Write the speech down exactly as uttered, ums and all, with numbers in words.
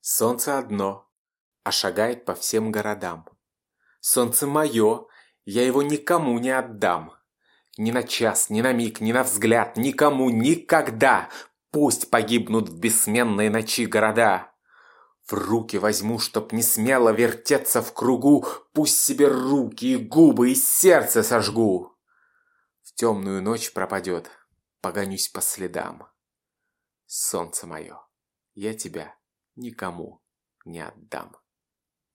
Солнце одно, а шагает по всем городам. Солнце мое, я его никому не отдам. Ни на час, ни на миг, ни на взгляд, никому, никогда. Пусть погибнут в бессменной ночи города. В руки возьму, чтоб не смело вертеться в кругу, пусть себе руки и губы и сердце сожгу. В темную ночь пропадет, погонюсь по следам. Солнце мое, я тебя никому не отдам.